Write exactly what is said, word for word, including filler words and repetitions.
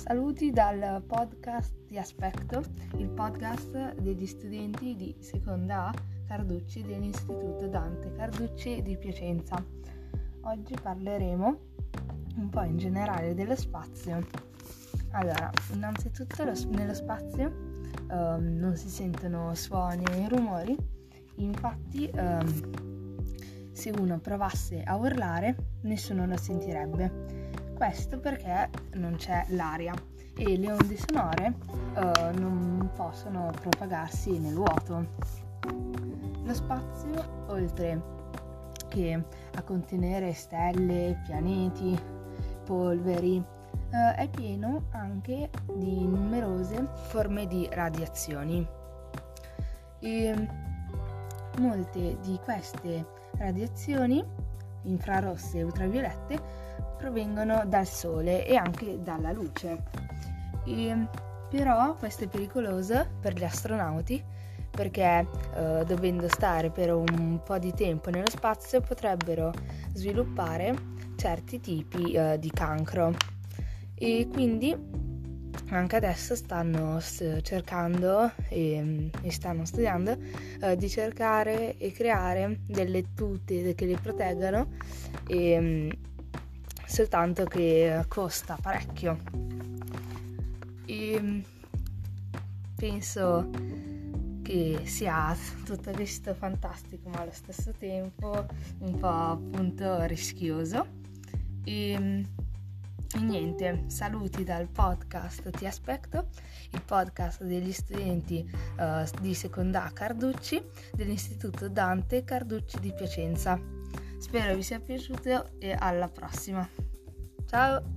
Saluti dal podcast Ti Aspetto, il podcast degli studenti di seconda A Carducci dell'Istituto Dante Carducci di Piacenza. Oggi parleremo un po' in generale dello spazio. Allora, innanzitutto lo, nello spazio um, non si sentono suoni e rumori, infatti um, se uno provasse a urlare nessuno lo sentirebbe. Questo perché non c'è l'aria e le onde sonore uh, non possono propagarsi nel vuoto. Lo spazio, oltre che a contenere stelle, pianeti, polveri, uh, è pieno anche di numerose forme di radiazioni. E molte di queste radiazioni, infrarosse e ultraviolette, provengono dal sole e anche dalla luce. E, però questo è pericoloso per gli astronauti perché eh, dovendo stare per un po' di tempo nello spazio potrebbero sviluppare certi tipi eh, di cancro e quindi anche adesso stanno cercando e, e stanno studiando eh, di cercare e creare delle tute che li proteggano e soltanto che costa parecchio e penso che sia tutto questo fantastico ma allo stesso tempo un po' appunto rischioso e, e niente, saluti dal podcast Ti Aspetto, il podcast degli studenti uh, di seconda A Carducci dell'Istituto Dante Carducci di Piacenza. Spero vi sia piaciuto e alla prossima. Ciao!